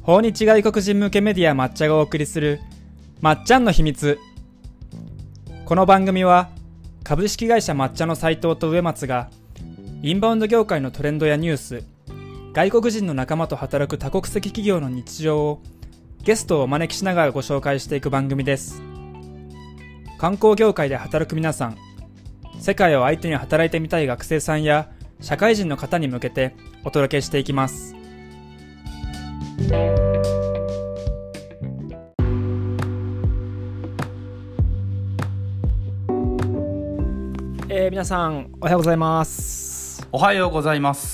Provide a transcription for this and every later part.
訪日外国人向けメディア抹茶がお送りするまっちゃんの秘密。この番組は株式会社抹茶の斉藤と植松がインバウンド業界のトレンドやニュース、外国人の仲間と働く多国籍企業の日常をゲストをお招きしながらご紹介していく番組です。観光業界で働く皆さん、世界を相手に働いてみたい学生さんや社会人の方に向けてお届けしていきます。皆さんおはようございます。 おはようございます。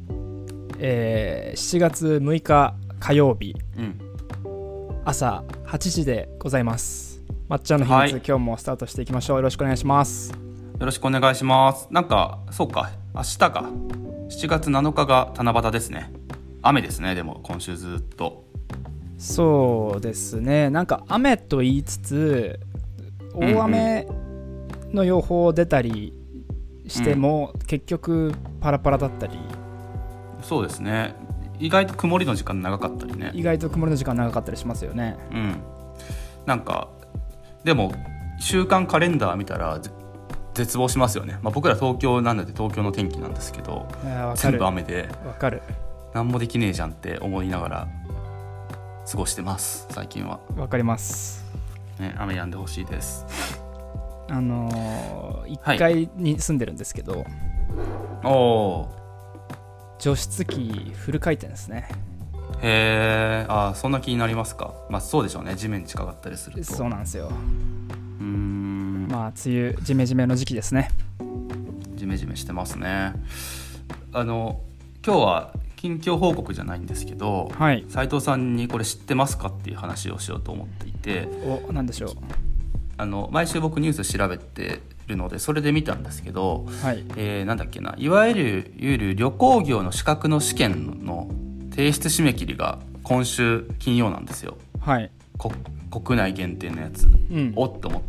7月6日火曜日、朝8時でございます。まっちゃんの秘密、今日もスタートしていきましょう。よろしくお願いします。 よろしくお願いします。なんかそうか、明日が7月7日が七夕ですね。雨ですね。でも今週ずっとそうですね。なんか雨と言いつつ大雨の予報出たりしても、結局パラパラだったり。 そうですね。意外と曇りの時間長かったりね。 意外と曇りの時間長かったりしますよね。 なんかでも週間カレンダー見たら絶望しますよね。僕ら東京なんで東京の天気なんですけど、全部雨でわかる。 何もできねえじゃんって思いながら過ごしてます最近は。 わかります、 ね、雨止んでほしいです。 1階に住んでるんですけど、除湿機フル回転ですね。 へえ、そんな気になりますか。そうでしょうね。地面に近かったりすると。 そうなんですよ。梅雨ジメジメの時期ですね。 ジメジメしてますね。今日は近況報告じゃないんですけど、斉藤さんにこれ知ってますかっていう話をしようと思っていて。 何でしょう。 毎週僕ニュース調べてるのでそれで見たんですけど、なんだっけな、いわゆる旅行業の資格の試験の提出締め切りが今週金曜なんですよ。国内限定のやつ、おっと思って、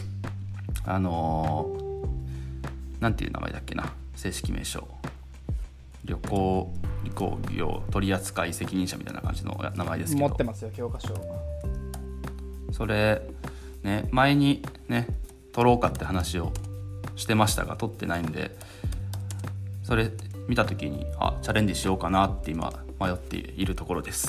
なんていう名前だっけな、正式名称、旅行業取扱責任者みたいな感じの名前ですけど、 持ってますよ教科書。 それね、前にね取ろうかって話をしてましたが取ってないんで、それ見た時にチャレンジしようかなって今迷っているところです。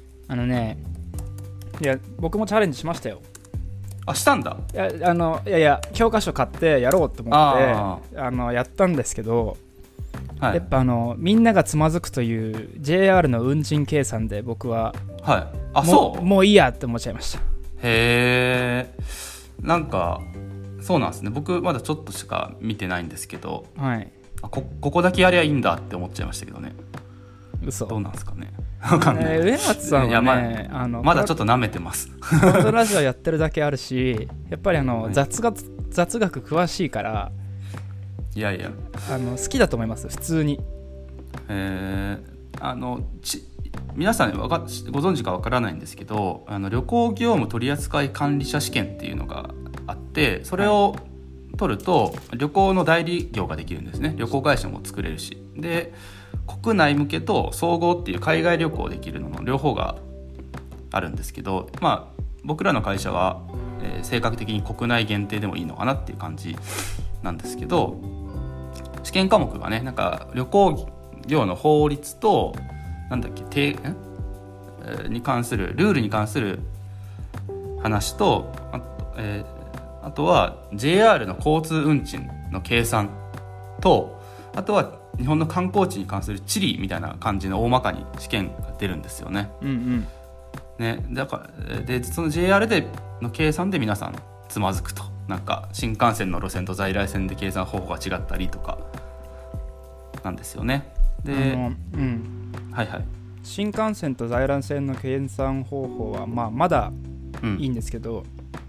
いや僕もチャレンジしましたよ。 したんだ。 いや教科書買ってやろうと思ってやったんですけど、やっぱみんながつまずくという JR の運賃計算で僕は、もういいやって思っちゃいました。 へえ、なんかそうなんですね。僕まだちょっとしか見てないんですけど、ここだけやりゃいいんだって思っちゃいましたけどね。 嘘。 どうなんですかね。わかんない。 植松さんはね、 まだちょっと舐めてます。 コントラジオやってるだけあるし、やっぱり雑学詳しいから、 いや好きだと思います普通に。 皆さんご存知かわからないんですけど、旅行業務取扱管理者試験っていうのがあって、それを取ると旅行の代理業ができるんですね。旅行会社も作れるし、で国内向けと総合っていう海外旅行できるのの両方があるんですけど、僕らの会社は、性格的に国内限定でもいいのかなっていう感じなんですけど、試験科目がね、なんか旅行業の法律となんだっけ、に関するルールに関する話と、あとは JR の交通運賃の計算と、あとは日本の観光地に関する地理みたいな感じの大まかに試験が出るんですよね。だからでその JR での計算で皆さんつまずくと、なんか新幹線の路線と在来線で計算方法が違ったりとかなんですよね。で、新幹線と在来線の計算方法はまだいいんですけど、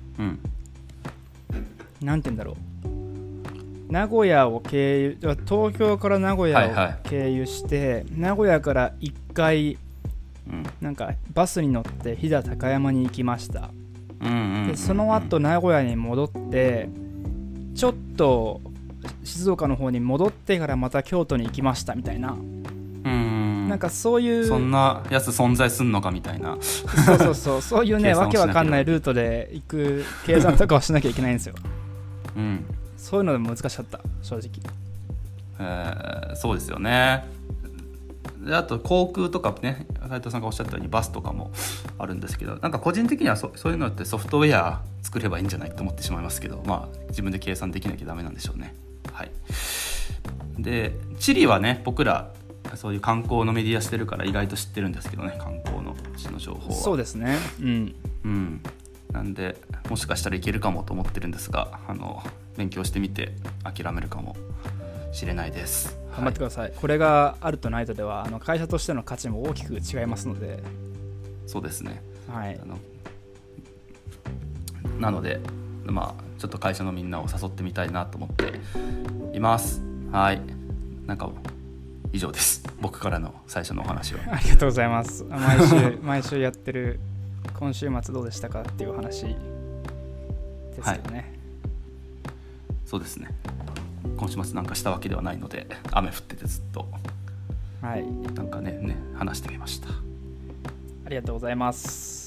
なんて言うんだろう、名古屋を経由、東京から名古屋を経由して、名古屋から1回、なんかバスに乗って飛騨高山に行きました。でその後名古屋に戻ってちょっと静岡の方に戻ってからまた京都に行きましたみたいな。 なんかそういうそんなやつ存在すんのかみたいなそういうねわけわかんないルートで行く計算とかをしなきゃいけないんですよそういうのでも難しかった正直、 そうですよね。であと航空とかね、斉藤さんがおっしゃったようにバスとかもあるんですけど、なんか個人的にはそういうのってソフトウェア作ればいいんじゃないと思ってしまいますけど、まあ自分で計算できなきゃダメなんでしょうね。はい。でチリはね、僕らそういう観光のメディアしてるから意外と知ってるんですけどね、観光の情報は。 そうですね。 なんでもしかしたらいけるかもと思ってるんですが、勉強してみて諦めるかもしれないです。 頑張ってください。これがあるとないとでは会社としての価値も大きく違いますので。 そうですね。 はい。 なのでまあちょっと会社のみんなを誘ってみたいなと思っています。はい。なんか以上です。僕からの最初のお話は。 ありがとうございます。毎週やってる今週末どうでしたかっていう話ですよね。はい、 そうですね。今週末なんかしたわけではないので、雨降っててずっと、 はい、 なんかね話してみました。 ありがとうございます。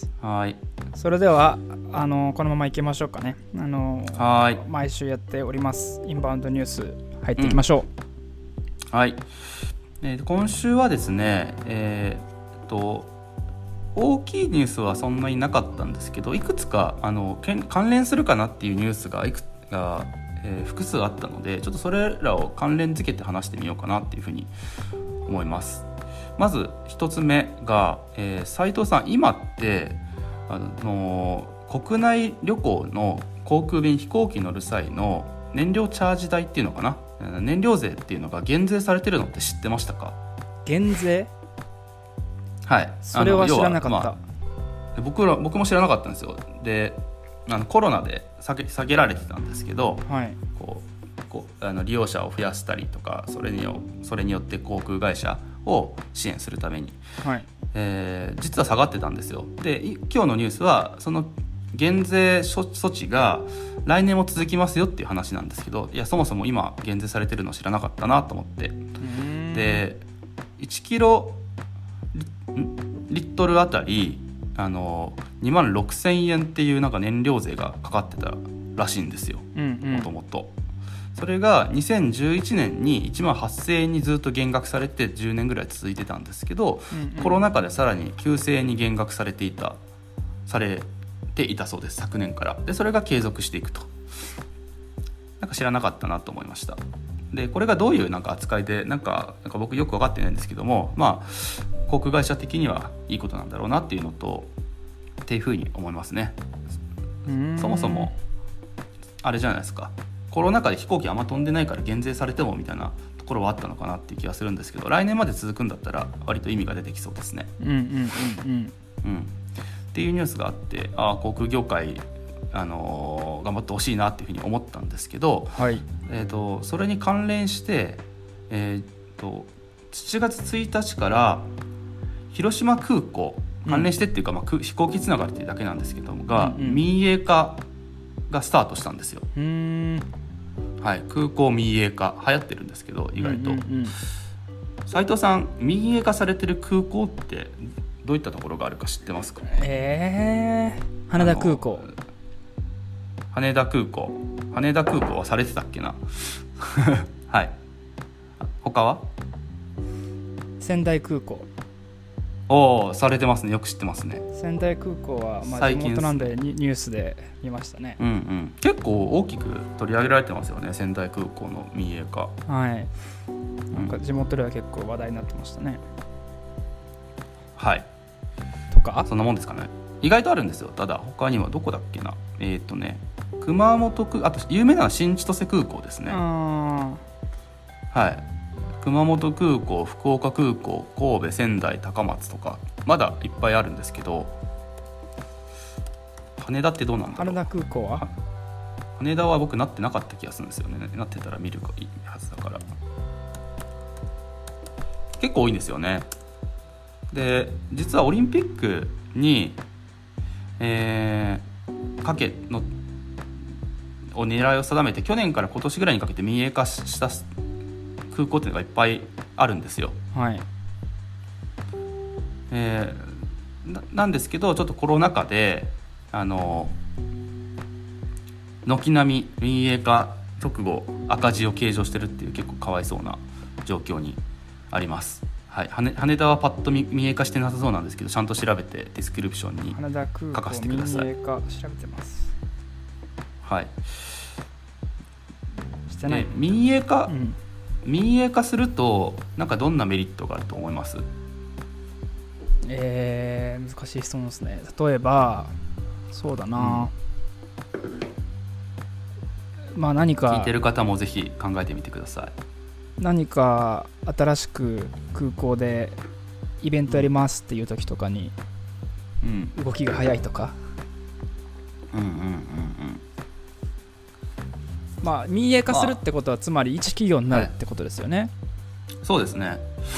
はい。 それではこのまま行きましょうかね。 はい。 毎週やっておりますインバウンドニュース入っていきましょう。はい。今週はですね、大きいニュースはそんなになかったんですけど、いくつか関連するかなっていうニュースが複数あったので、ちょっとそれらを関連付けて話してみようかなっていうふうに思います。まず一つ目が、斉藤さん、今って国内旅行の航空便飛行機乗る際の燃料チャージ代っていうのかな、燃料税っていうのが減税されてるのって知ってましたか？ 減税？ はい。 それは知らなかった。 僕も知らなかったんですよ。でコロナで下げられてたんですけど、 はい、 利用者を増やしたりとか、それによって航空会社を支援するために、 はい、 実は下がってたんですよ。で今日のニュースはその減税措置が来年も続きますよっていう話なんですけど、いやそもそも今減税されてるの知らなかったなと思って、で1キロリットルあたり2万6000円っていうなんか燃料税がかかってたらしいんですよ、もともと。それが2011年に1万8000円にずっと減額されて10年ぐらい続いてたんですけど、コロナ禍でさらに9000円に減額されていたそうです、昨年から。でそれが継続していくと。なんか知らなかったなと思いました。でこれがどういうなんか扱いでなんか僕よく分かってないんですけども、まあ航空会社的にはいいことなんだろうなっていうのとっていうふうに思いますね。そもそもあれじゃないですか、コロナ禍で飛行機あんま飛んでないから減税されてもみたいなところはあったのかなっていう気がするんですけど、来年まで続くんだったら割と意味が出てきそうですね。っていうニュースがあって、航空業界頑張ってほしいなっていうふうに思ったんですけど、 はい、 それに関連して、7月1日から広島空港関連してっていうか、飛行機つながりっていうだけなんですけどもが、民営化がスタートしたんですよ。はい、空港民営化流行ってるんですけど、意外と、斉藤さん、民営化されてる空港ってどういったところがあるか知ってますか？ 羽田空港。 羽田空港はされてたっけなはい。他は？ 仙台空港。 されてますね。よく知ってますね。 仙台空港は、地元なんでニュースで見ましたね。 結構大きく取り上げられてますよね、仙台空港の民営化。 はい。なんか地元では結構話題になってましたね。 はい。 とかそんなもんですかね。意外とあるんですよ。ただ他にはどこだっけな。熊本空、あと有名なのは新千歳空港ですね。はい。熊本空港、福岡空港、神戸、仙台、高松とかまだいっぱいあるんですけど、羽田ってどうなんだろう。 羽田空港は？ 羽田は僕なってなかった気がするんですよね。なってたら見るかいいはずだから。結構多いんですよね。で実はオリンピックに、かけのを狙いを定めて去年から今年ぐらいにかけて民営化した空港っていうのがいっぱいあるんですよ。 はい。 なんですけど、ちょっとコロナ禍で軒並み民営化直後赤字を計上してるっていう結構かわいそうな状況にあります。はい、羽田はパッと民営化してなさそうなんですけど、ちゃんと調べてディスクリプションに羽田空書かせてください。 港民営化調べてます。 はい。 してない。 民営化するとなんかどんなメリットがあると思います？ 難しい質問ですね。例えばそうだな、まあ何か聞いてる方もぜひ考えてみてください。 何か新しく空港でイベントやりますっていう時とかに動きが早いとか、まあ民営化するってことはつまり一企業になるってことですよね。はい、 そうですね。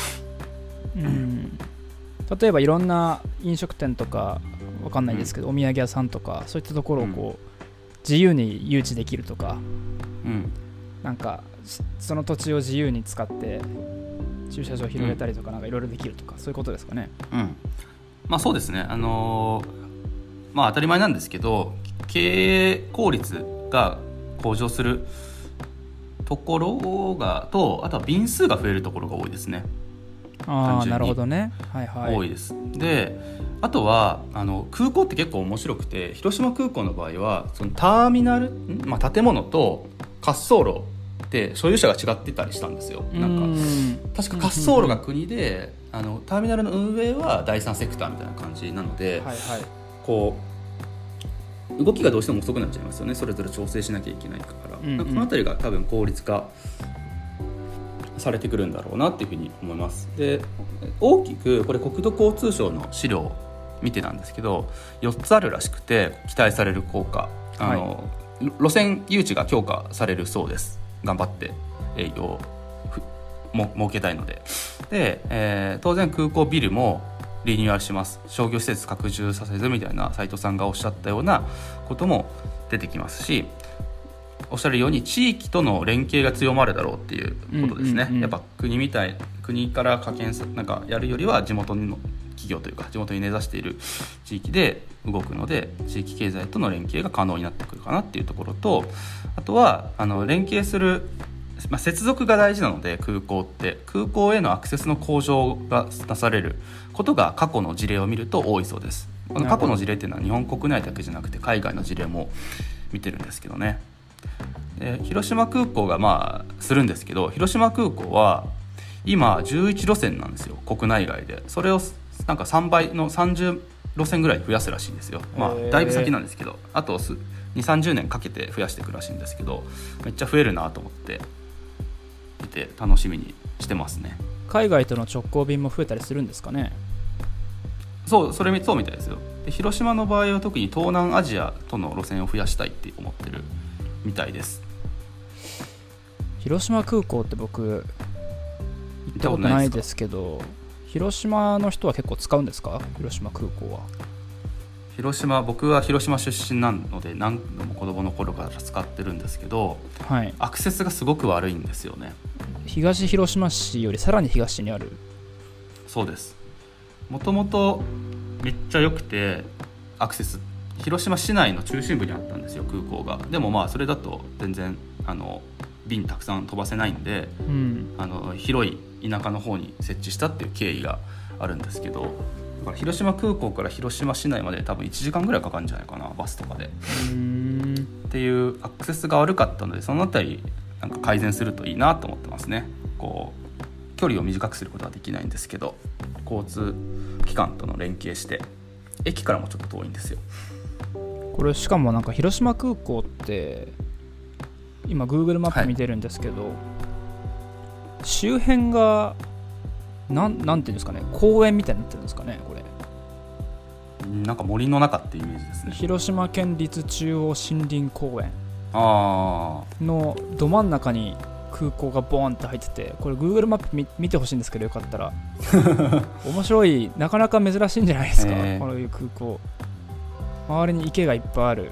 例えばいろんな飲食店とかわかんないですけど、お土産屋さんとかそういったところをこう、自由に誘致できるとか、なんかその土地を自由に使って駐車場を広げたりとか、なんかいろいろできるとか、そういうことですかね。 まあそうですね。まあ当たり前なんですけど、経営効率が向上するところがと、あとは便数が増えるところが多いですね。 なるほどね。はいはい。 多いです。で、あとは空港って結構面白くて、広島空港の場合はそのターミナル、建物と滑走路って所有者が違ってたりしたんですよ。なんか確か滑走路が国で、ターミナルの運営は第三セクターみたいな感じなので、こう動きがどうしても遅くなっちゃいますよね。それぞれ調整しなきゃいけないから、この辺りが多分効率化されてくるんだろうなっていうふうに思います。で、大きくこれ国土交通省の資料を見てなんですけど、4つあるらしくて、期待される効果、路線誘致が強化されるそうです。頑張って営業を設けたいので。で、当然空港ビルもリニューアルします。商業施設拡充させずみたいな斉藤さんがおっしゃったようなことも出てきますし、おっしゃるように地域との連携が強まるだろうっていうことですね。やっぱ国から派遣なんかやるよりは地元の企業というか地元に根ざしている地域で動くので、地域経済との連携が可能になってくるかなっていうところと、あとは連携する、接続が大事なので、空港へのアクセスの向上がなされることが過去の事例を見ると多いそうです。この過去の事例っていうのは日本国内だけじゃなくて海外の事例も見てるんですけどね。広島空港がするんですけど、広島空港は今11路線なんですよ、国内外で。それをなんか3倍の30路線ぐらい増やすらしいんですよ。だいぶ先なんですけど、あと 2,30 年かけて増やしていくらしいんですけど、めっちゃ増えるなと思っていて楽しみにしてますね。 海外との直行便も増えたりするんですかね。 そうみたいですよ。で、広島の場合は特に東南アジアとの路線を増やしたいって思ってるみたいです。 広島空港って僕行ったことないですけど、広島の人は結構使うんですか？広島空港は。 僕は広島出身なので何度も子供の頃から使ってるんですけど、アクセスがすごく悪いんですよね。 東広島市よりさらに東にある。 そうです。もともとめっちゃ良くて、アクセス広島市内の中心部にあったんですよ、空港が。でもそれだと全然便たくさん飛ばせないんで、広い田舎の方に設置したっていう経緯があるんですけど、だから広島空港から広島市内まで多分1時間ぐらいかかるんじゃないかな、バスとかで。っていうアクセスが悪かったので、そのあたりなんか改善するといいなと思ってますね。こう距離を短くすることはできないんですけど、交通機関との連携して、駅からもちょっと遠いんですよ。 これしかもなんか広島空港って今 Google マップ見てるんですけど、周辺がなんていうんですかね、公園みたいになってるんですかね。これなんか森の中っていうイメージですね。 広島県立中央森林公園のど真ん中に空港がボーンって入ってて、これ Google マップ見てほしいんですけど、よかったら面白い、なかなか珍しいんじゃないですか、こういう空港。周りに池がいっぱいある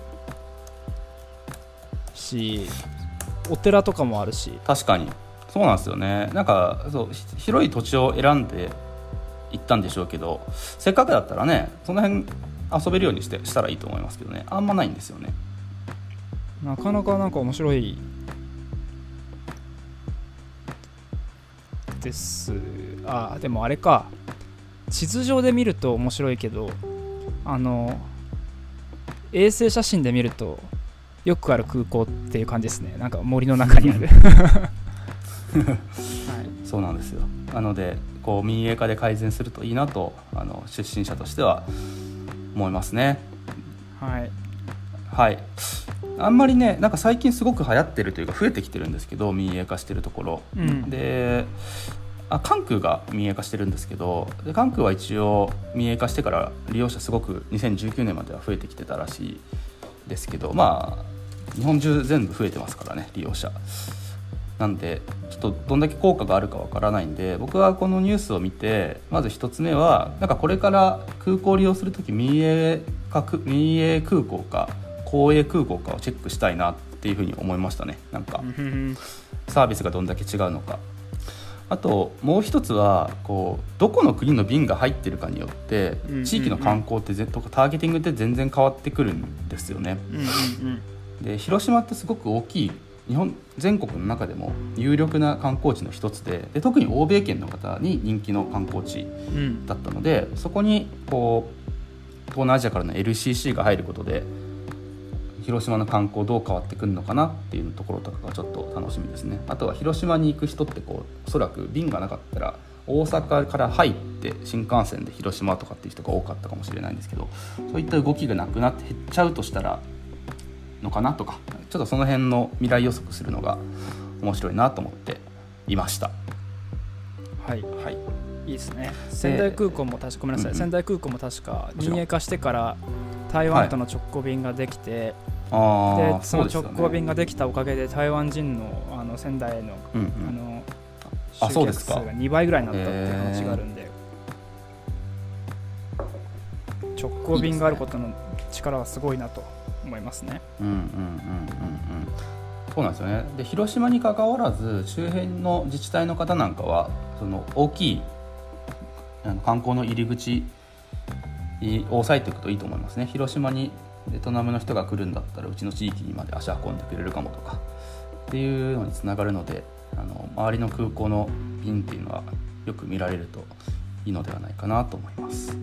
し、お寺とかもあるし。 確かにそうなんですよね。なんかそう広い土地を選んで行ったんでしょうけど、せっかくだったらねその辺遊べるようにしたらいいと思いますけどね、あんまないんですよね。 なかなかなんか面白いです。でもあれか、地図上で見ると面白いけど、衛星写真で見るとよくある空港っていう感じですね。なんか森の中にあるはい、 そうなんですよ。なのでこう民営化で改善するといいなと出身者としては思いますね。 はい、 はい、あんまりねなんか最近すごく流行ってるというか増えてきてるんですけど、民営化してるところ、で関空が民営化してるんですけど、で関空は一応民営化してから利用者すごく2019年までは増えてきてたらしいですけど、まあ日本中全部増えてますからね利用者なんで、ちょっとどんだけ効果があるかわからないんで、僕はこのニュースを見てまず一つ目はなんかこれから空港を利用するとき民営空港か公営空港かをチェックしたいなっていうふうに思いましたね。なんかサービスがどんだけ違うのか。あともう一つはこうどこの国の便が入ってるかによって地域の観光ってとかターゲティングって全然変わってくるんですよね。で広島ってすごく大きい日本全国の中でも有力な観光地の一つ で特に欧米圏の方に人気の観光地だったので、そこにこう東南アジアからの LCC が入ることで広島の観光どう変わってくるのかなっていうところとかがちょっと楽しみですね。あとは広島に行く人ってこうおそらく便がなかったら大阪から入って新幹線で広島とかっていう人が多かったかもしれないんですけど、そういった動きがなくなって減っちゃうとしたらのかなとか、ちょっとその辺の未来予測するのが面白いなと思っていました。 はい、はい、いいですね。仙台空港も確かごめんなさい、仙台空港も確か民営化してから台湾との直行便ができて、でその直行便ができたおかげで台湾人の仙台への集客数が2倍ぐらいになったっていう話があるんで、直行便があることの力はすごいなと思いますね。 そうなんですよね。で広島に関わらず周辺の自治体の方なんかはその大きい観光の入り口を押さえていくといいと思いますね。広島にベトナムの人が来るんだったらうちの地域にまで足運んでくれるかもとかっていうのにつながるので、周りの空港の便っていうのはよく見られるといいのではないかなと思います。はい、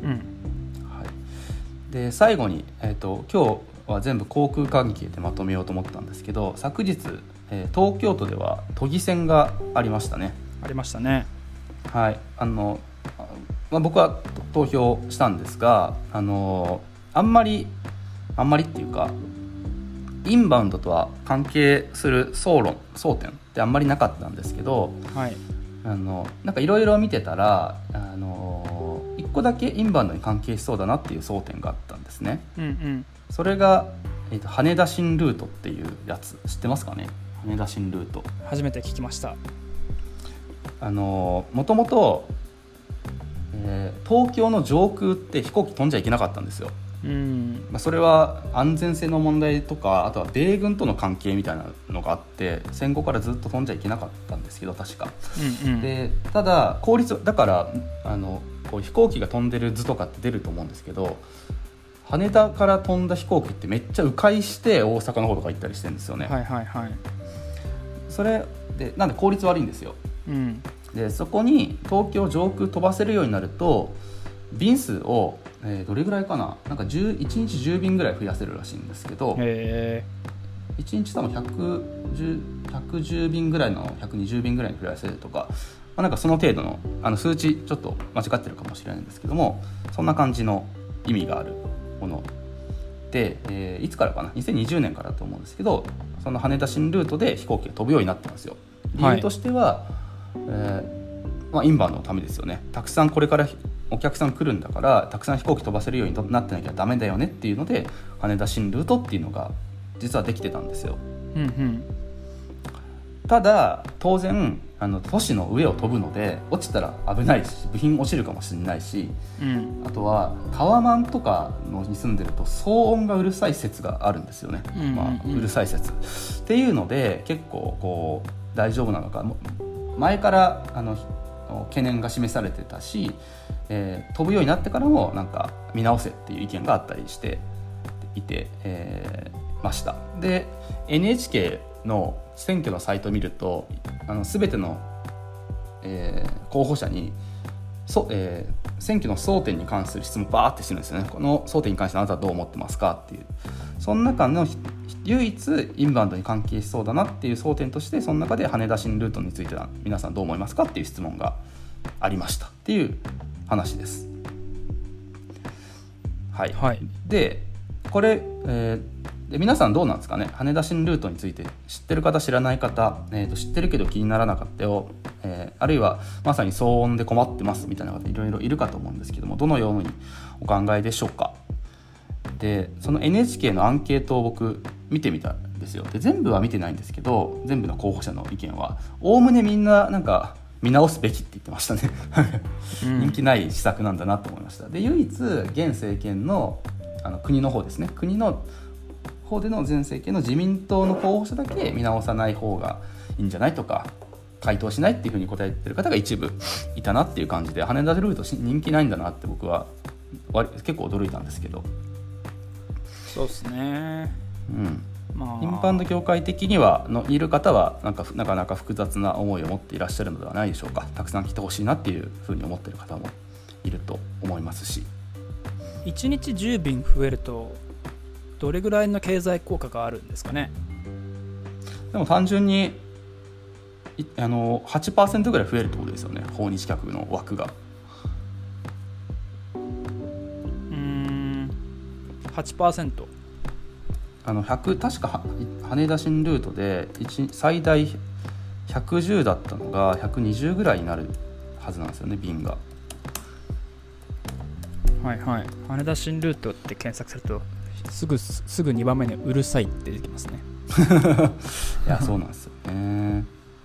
で最後に、今日は全部航空関係でまとめようと思ったんですけど、昨日、東京都では都議選がありましたね。 ありましたね。 はい、僕は投票したんですが、あんまりっていうかインバウンドとは関係する争点ってあんまりなかったんですけど、はい、なんかいろいろ見てたら1個だけインバウンドに関係しそうだなっていう争点があったんですね。それが、羽田新ルートっていうやつ知ってますかね。羽田新ルート初めて聞きました。 もともと東京の上空って飛行機飛んじゃいけなかったんですよ。それは安全性の問題とか、あとは米軍との関係みたいなのがあって戦後からずっと飛んじゃいけなかったんですけど確か、でただ効率だからこう飛行機が飛んでる図とかって出ると思うんですけど、羽田から飛んだ飛行機ってめっちゃ迂回して大阪の方とか行ったりしてるんですよね。それでなんで効率悪いんですよ。でそこに東京上空飛ばせるようになると便数をどれぐらいかな、なんか1日10便ぐらい増やせるらしいんですけど、1日多分110便ぐらいの120便ぐらいに増やせるとか、なんかその程度の数値ちょっと間違ってるかもしれないんですけども、そんな感じの意味があるもので、いつからかな2020年からだと思うんですけど、その羽田新ルートで飛行機が飛ぶようになってますよ。理由としては、インバウンドのためですよね。たくさんこれからお客さん来るんだからたくさん飛行機飛ばせるようになってなきゃダメだよねっていうので羽田新ルートっていうのが実はできてたんですよ。ただ当然都市の上を飛ぶので落ちたら危ないし部品落ちるかもしれないし、あとはタワマンとかに住んでると騒音がうるさい説があるんですよね。うるさい説っていうので結構こう大丈夫なのか、前から懸念が示されてたし、飛ぶようになってからもなんか見直せっていう意見があったりしていて、ました。で NHK の選挙のサイトを見ると全ての、候補者に選挙の争点に関する質問バーってしてるんですよね。この争点に関してあなたはどう思ってますかっていう、その中の唯一インバウンドに関係しそうだなっていう争点として、その中で羽田新ルートについては皆さんどう思いますかっていう質問がありましたっていう話です。はい、はい、でこれ、で皆さんどうなんですかね。羽田新ルートについて知ってる方知らない方、知ってるけど気にならなかったよ、あるいはまさに騒音で困ってますみたいな方いろいろいるかと思うんですけども、どのようにお考えでしょうか。でその NHK のアンケートを僕見てみたんですよ。で全部は見てないんですけど、全部の候補者の意見はおおむねみんななんか見直すべきって言ってましたね人気ない施策なんだなと思いました。で唯一現政権の国の方ですね、国の方での前政権の自民党の候補者だけ見直さない方がいいんじゃないとか、回答しないっていうふうに答えてる方が一部いたなっていう感じで、羽田ルート人気ないんだなって僕は結構驚いたんですけど。 そうですね、 インバウンド業界的にはいる方はなかなか複雑な思いを持っていらっしゃるのではないでしょうか。たくさん来てほしいなっていうふうに思っている方もいると思いますし、 1日10便増えるとどれぐらいの経済効果があるんですかね。 でも単純に8% ぐらい増えるってことですよね、訪日客の枠が。 8%、 確か羽田新ルートで最大110だったのが120ぐらいになるはずなんですよね、便が。 はいはい、羽田新ルートって検索するとすぐ2番目にうるさいって出てきますねいやそうなんですよね。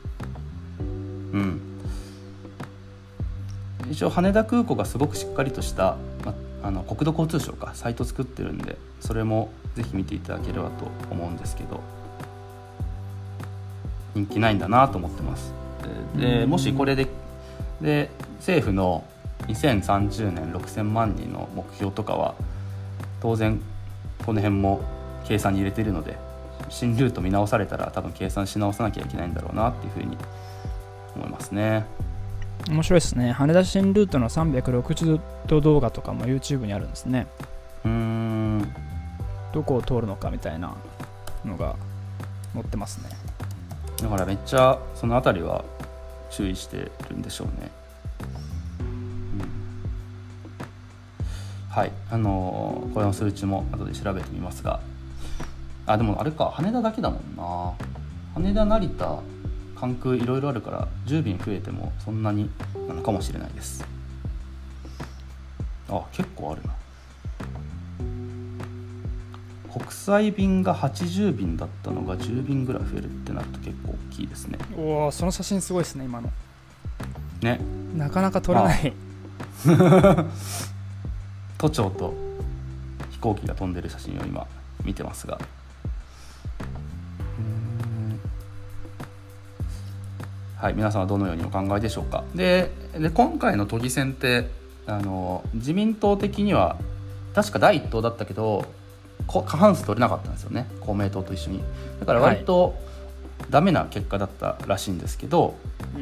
一応羽田空港がすごくしっかりとした、国土交通省かサイト作ってるんで、それもぜひ見ていただければと思うんですけど、人気ないんだなと思ってます。でもしこれで政府の2030年6000万人の目標とかは当然この辺も計算に入れているので、新ルート見直されたら多分計算し直さなきゃいけないんだろうなっていうふうに思いますね。 面白いですね。羽田新ルートの360度動画とかも YouTube にあるんですね。どこを通るのかみたいなのが載ってますね。 だからめっちゃそのあたりは注意してるんでしょうね。はい、これの数値も後で調べてみますが、でもあれか、羽田だけだもんな。羽田成田関空いろいろあるから10便増えてもそんなになのかもしれないです。結構あるな。国際便が80便だったのが10便ぐらい増えるってなると結構大きいですね。 おお、その写真すごいですね今のね。 なかなか撮らない、 都庁と飛行機が飛んでる写真を今見てますが、はい、皆さんはどのようにお考えでしょうか。で今回の都議選って自民党的には確か第一党だったけど過半数取れなかったんですよね、公明党と一緒に。だから割とダメな結果だったらしいんですけど、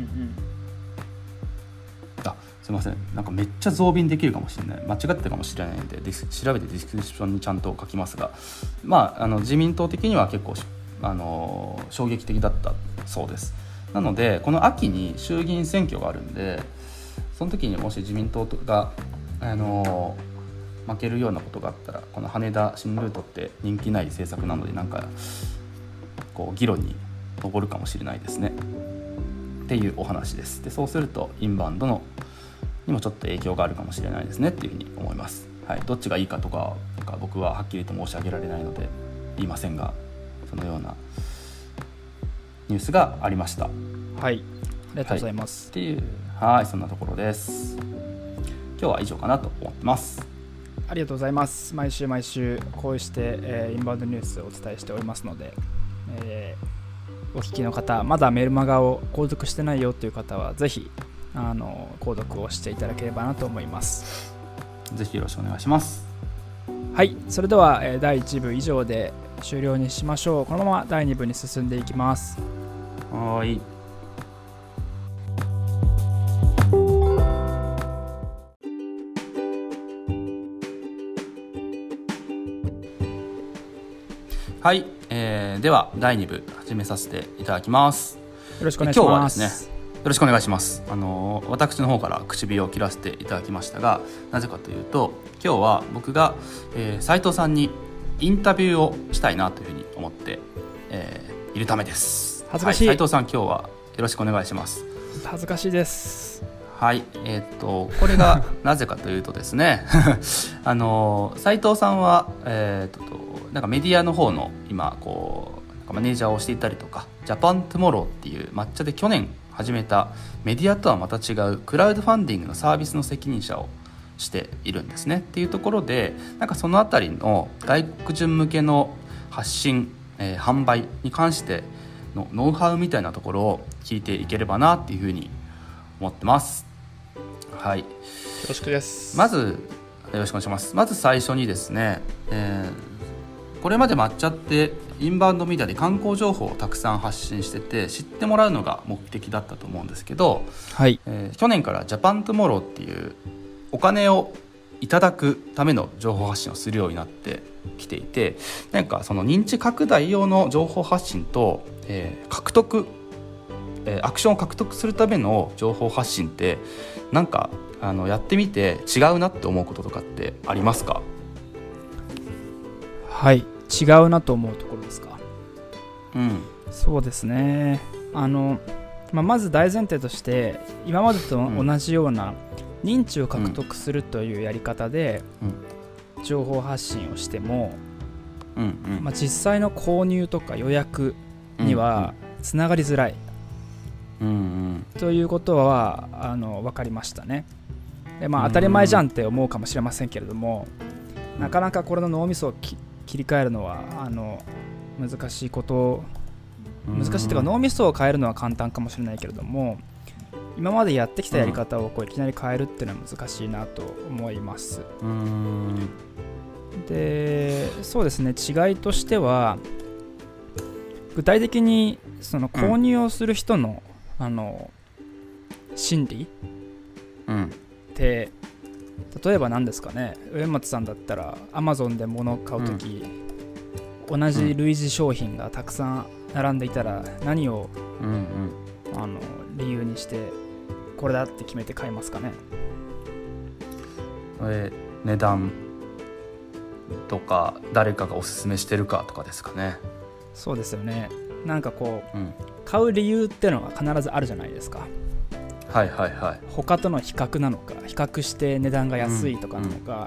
すいません、なんかめっちゃ増便できるかもしれない、間違ってたかもしれないので調べてディスクリプションにちゃんと書きますが、自民党的には結構衝撃的だったそうです。なのでこの秋に衆議院選挙があるんで、その時にもし自民党が負けるようなことがあったら、この羽田新ルートって人気ない政策なのでなんかこう議論に上るかもしれないですねっていうお話です。でそうするとインバウンドにもちょっと影響があるかもしれないですねっていうふうに思います。はい、どっちがいいかとか僕ははっきりと申し上げられないので言いませんが、そのようなニュースがありました。 はい、ありがとうございます。 っていうそんなところです。今日は以上かなと思ってます。 ありがとうございます。毎週こうして、インバウンドニュースをお伝えしておりますので、お聞きの方、まだメルマガを購読してないよという方はぜひ購読をしていただければなと思います。 ぜひよろしくお願いします。 はい、それでは、第1部以上で終了にしましょう。このまま第2部に進んでいきます。 はい。はい、では第2部始めさせていただきます。 よろしくお願いします。 今日はですね、よろしくお願いします。私の方から唇を切らせていただきましたが、なぜかというと今日は僕が、斉藤さんにインタビューをしたいなというふうに思って、いるためです。 恥ずかしい、 斉藤さん、今日はよろしくお願いします。 恥ずかしいです。 はい、これがなぜかというとですね斉藤さんは、なんかメディアの方の今マネージャーをしていたりとか、ジャパントゥモローっていう抹茶で去年始めたメディアとはまた違うクラウドファンディングのサービスの責任者をしているんですね。っていうところで、なんかそのあたりの外国人向けの発信、販売に関してのノウハウみたいなところを聞いていければなっていうふうに思ってます。はい、よろしくです。 まずよろしくお願いします。まず最初にですね、これまで抹茶ってインバウンドメディアで観光情報をたくさん発信してて、知ってもらうのが目的だったと思うんですけど、 はい、 去年からジャパントゥモローっていうお金をいただくための情報発信をするようになってきていて、なんかその認知拡大用の情報発信と、獲得、アクションを獲得するための情報発信ってなんかやってみて違うなって思うこととかってありますか？ はい、違うなと思うところですか。そうですね。まず大前提として今までと同じような認知を獲得するというやり方で情報発信をしても、実際の購入とか予約にはつながりづらい、ということは分かりましたね。で、当たり前じゃんって思うかもしれませんけれども、なかなかこれの脳みそを切り替えるのは難しいこと、難しいというか脳みそを変えるのは簡単かもしれないけれども、今までやってきたやり方をいきなり変えるっていうのは難しいなと思います。で、そうですね、違いとしては具体的にその購入をする人の、心理って例えば何ですかね。上松さんだったら Amazon で物を買うとき、同じ類似商品がたくさん並んでいたら何を、理由にしてこれだって決めて買いますかね。 値段とか誰かがおすすめしてるかとかですかね。 そうですよね。なんか買う理由っていうのが必ずあるじゃないですか。 はいはいはい。 他との比較なのか、比較して値段が安いとかなのか、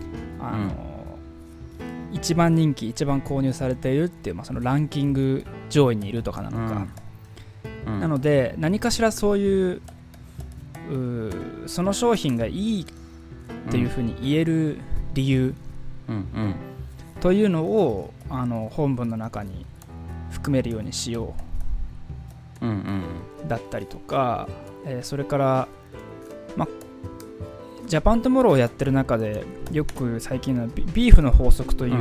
一番人気、一番購入されているっていう、そのランキング上位にいるとかなのか、なので何かしらそういうその商品がいいっていうふうに言える理由というのを本文の中に含めるようにしようだったりとか、それから、ジャパントゥモローをやってる中でよく最近のビーフの法則という、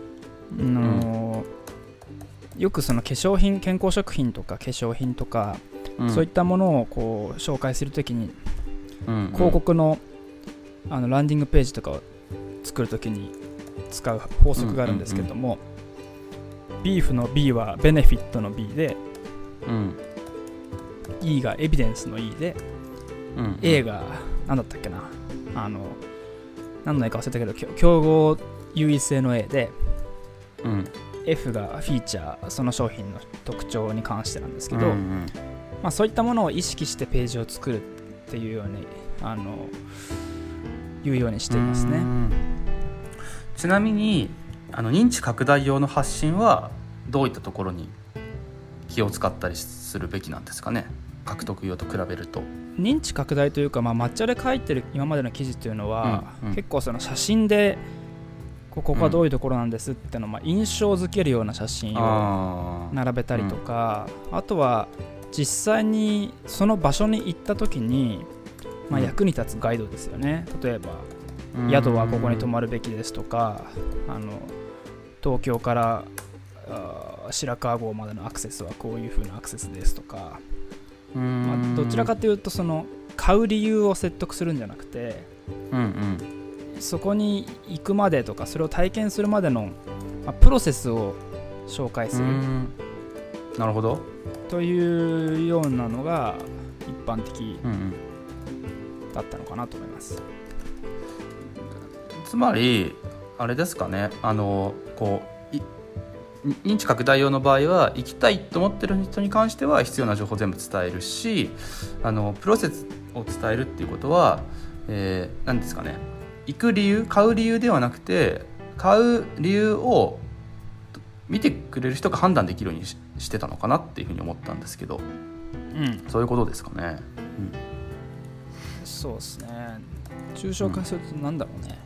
よくその化粧品、健康食品とか化粧品とか、そういったものを紹介するときに、広告のランディングページとかを作るときに使う法則があるんですけれども、ビーフの B はベネフィットの B で、E がエビデンスの E で、A が何だったっけな、何の絵か忘れたけど競合優位性の A で、F がフィーチャー、その商品の特徴に関してなんですけど、そういったものを意識してページを作るっていうように言うようにしていますね。 ちなみに認知拡大用の発信はどういったところに気を使ったりするべきなんですかね。獲得用と比べると。 認知拡大というか、抹茶で書いてる今までの記事というのは、結構その写真でここはどういうところなんですってのを、印象づけるような写真を並べたりとか、あとは実際にその場所に行った時に、役に立つガイドですよね。例えば宿はここに泊まるべきですとか、東京から白川郷までのアクセスはこういう風なアクセスですとか、どちらかというとその買う理由を説得するんじゃなくて、そこに行くまでとかそれを体験するまでの、プロセスを紹介する。 なるほど。 というようなのが一般的だったのかなと思います。 つまりあれですかね、こう認知拡大用の場合は行きたいと思ってる人に関しては必要な情報を全部伝えるし、プロセスを伝えるっていうことは、何ですかね、行く理由、買う理由ではなくて、買う理由を見てくれる人が判断できるようにしてたのかなっていうふうに思ったんですけど、そういうことですかね。 そうですね。抽象化するとなんだろうね、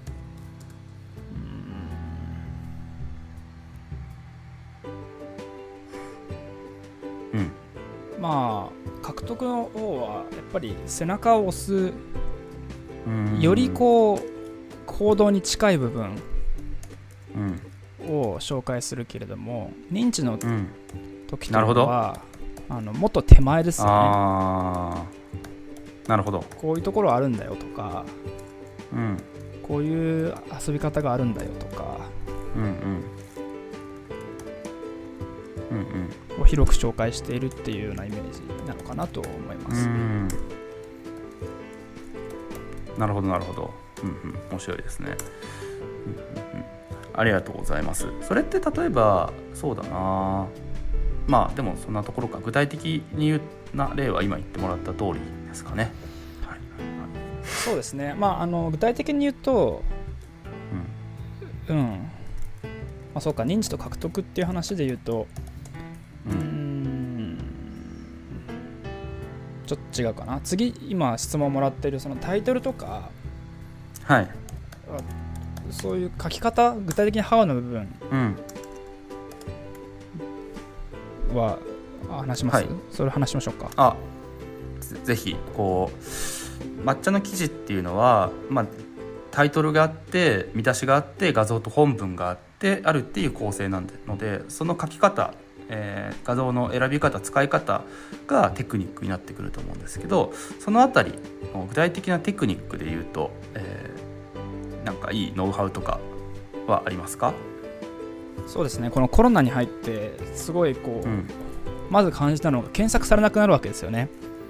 獲得の方はやっぱり背中を押す、よりこう行動に近い部分を紹介するけれども、認知の時というのは、もっと手前ですよね。 なるほど。 こういうところあるんだよとか、こういう遊び方があるんだよとか、を広く紹介しているっていうようなイメージなのかなと思います。 なるほどなるほど、面白いですね。ありがとうございます。それって例えばそうだな、でもそんなところか。具体的に言うな例は今言ってもらった通りですかね。 そうですね。具体的に言うと、そうか、認知と獲得っていう話で言うと、ちょっと違うかな。次今質問をもらっているそのタイトルとか、そういう書き方、具体的に How の部分は話します、それ話しましょうか。 ぜひ。こう抹茶の記事っていうのは、タイトルがあって見出しがあって画像と本文があるっていう構成なので、その書き方、画像の選び方、使い方がテクニックになってくると思うんですけど、そのあたりの具体的なテクニックで言うと、なんかいいノウハウとかはありますか？ そうですね。このコロナに入ってすごいまず感じたのが、検索されなくなるわけですよね。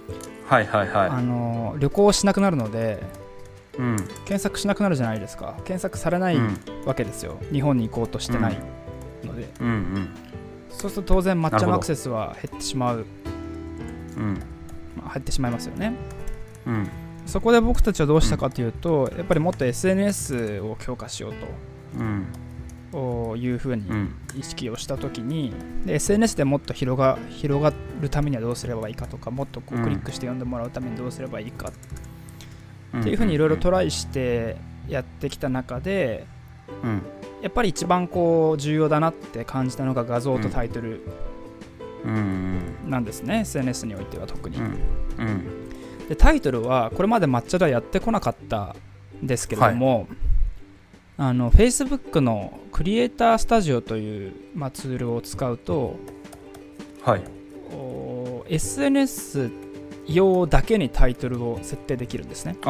旅行しなくなるので、検索しなくなるじゃないですか。検索されないわけですよ、日本に行こうとしてないので、そうすると当然抹茶のアクセスは減ってしまう、減ってしまいますよね。そこで僕たちはどうしたかというと、やっぱりもっと SNS を強化しようというふうに意識をしたときに、で SNS でもっと広がるためにはどうすればいいかとか、もっとクリックして読んでもらうためにどうすればいいかっていうふうにいろいろトライしてやってきた中で、やっぱり一番重要だなって感じたのが画像とタイトルなんですね、SNS においては特に。でタイトルはこれまで抹茶ではやってこなかったんですけれども、Facebook のクリエイタースタジオという、ツールを使うと、SNS 用だけにタイトルを設定できるんですね。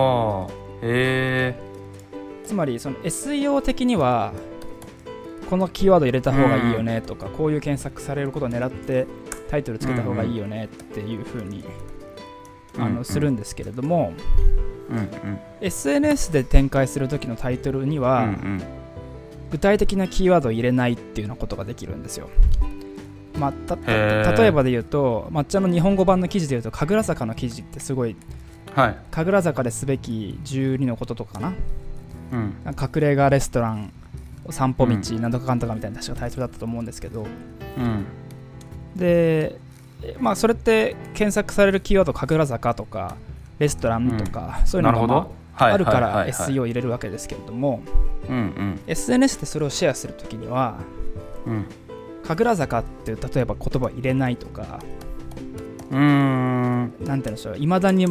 つまりその SEO 的にはこのキーワード入れた方がいいよねとか、こういう検索されることを狙ってタイトルつけた方がいいよねっていう風にするんですけれども、SNS で展開する時のタイトルには、具体的なキーワードを入れないっていうようなことができるんですよ。例えばで言うと、抹茶の日本語版の記事で言うと、神楽坂の記事ってすごい、神楽坂ですべき12のこととかかな、隠れ家レストラン散歩道なんとかかんとかみたいな確かタイトルだったと思うんですけど、でそれって検索されるキーワード、神楽坂とかレストランとか、そういうのがあるから SEO を入れるわけですけれども、SNS でそれをシェアするときには、神楽坂っていう例えば言葉を入れないとか、 なんて言うんでしょう、いまだに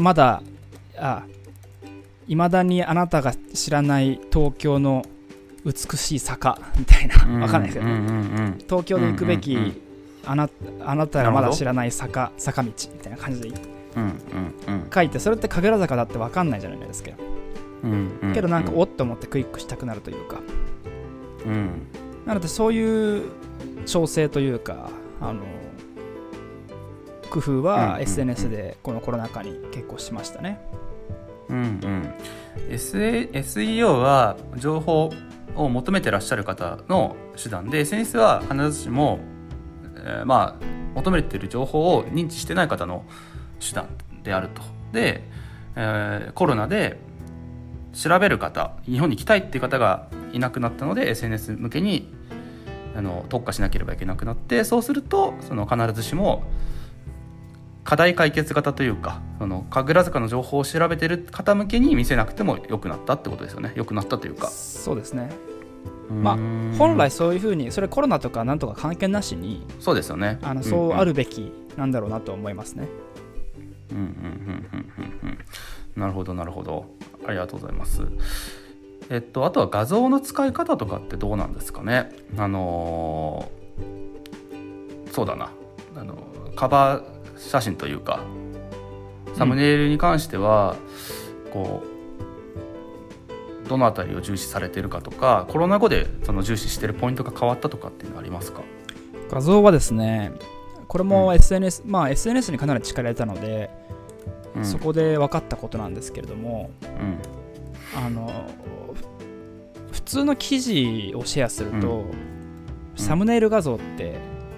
あなたが知らない東京の美しい坂みたいな、わかんないですよね、東京で行くべき、あなたがまだ知らない坂道みたいな感じで書いて、それって神楽坂だってわかんないじゃないですか、けどなんかおっと思ってクリックしたくなるというか、なのでそういう調整というか工夫は SNS でこのコロナ禍に結構しましたね。 SEO は情報を求めてらっしゃる方の手段で、 SNS は必ずしも、求めている情報を認知してない方の手段であると。で、コロナで調べる方、日本に来たいっていう方がいなくなったので SNS 向けに特化しなければいけなくなって、そうすると必ずしも課題解決型というか、神楽坂の情報を調べてる方向けに見せなくても良くなったってことですよね。良くなったというか、 そうですね。本来そういうふうに、それコロナとかなんとか関係なしに、 そうですよね、 そうあるべきなんだろうなと思いますね。 なるほどなるほど、ありがとうございます。あとは画像の使い方とかってどうなんですかね。そうだな、カバー写真というかサムネイルに関しては、どのあたりを重視されているかとか、コロナ後で重視しているポイントが変わったとかっていうのはありますか？ 画像はですね、これも SNS、SNS にかなり力入れたので、そこで分かったことなんですけれども、普通の記事をシェアすると、サムネイル画像って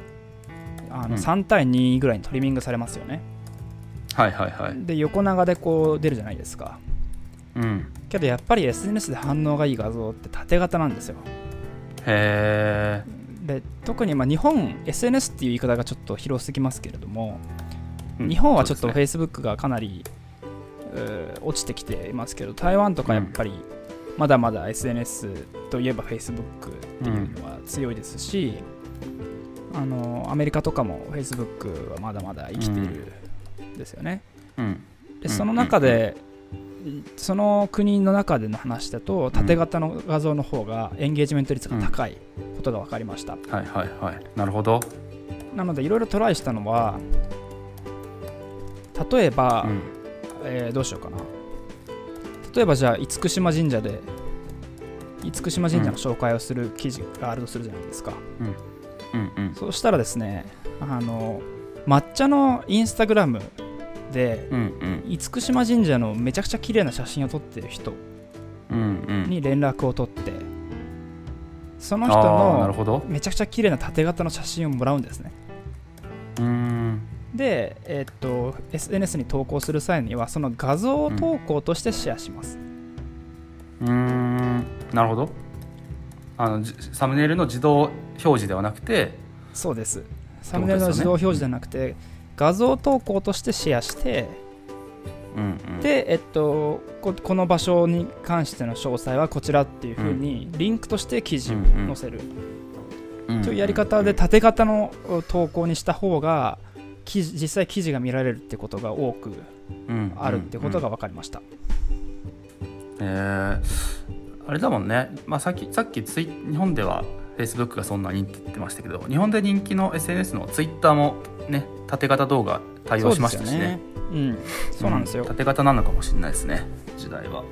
3対2ぐらいにトリミングされますよね。で横長で出るじゃないですか。けどやっぱり SNS で反応がいい画像って縦型なんですよ。で特に日本 SNS っていう言い方がちょっと広すぎますけれども、日本はちょっと Facebook がかなり、落ちてきていますけど、台湾とかやっぱりまだまだ SNS といえば Facebook っていうのは強いですし、アメリカとかも Facebook はまだまだ生きているんですよね。でその中で、その国の中での話だと縦型の画像の方がエンゲージメント率が高いことが分かりました。 なるほど。 なのでいろいろトライしたのは、例えば、どうしようかな。例えばじゃあ厳島神社で厳島神社の紹介をする記事があるとするじゃないですか。そうしたらですね、抹茶のインスタグラムで、厳島神社のめちゃくちゃ綺麗な写真を撮ってる人に連絡を取って、その人のめちゃくちゃ綺麗な縦型の写真をもらうんですね。で、SNS に投稿する際にはその画像投稿としてシェアします。 なるほど。サムネイルの自動表示ではなくて、 そうです。サムネイルの自動表示ではなくて、画像投稿としてシェアして、で、この場所に関しての詳細はこちらっていうふうにリンクとして記事を載せるというやり方で、縦型の投稿にした方が実際記事が見られるってことが多くあるってことが分かりました。 あれだもんね、さっき日本では Facebook がそんなにって言ってましたけど、日本で人気の SNS の Twitter もね、縦型動画対応しましたしね。 そうなんですよ。 縦型なのかもしれないですね、時代は。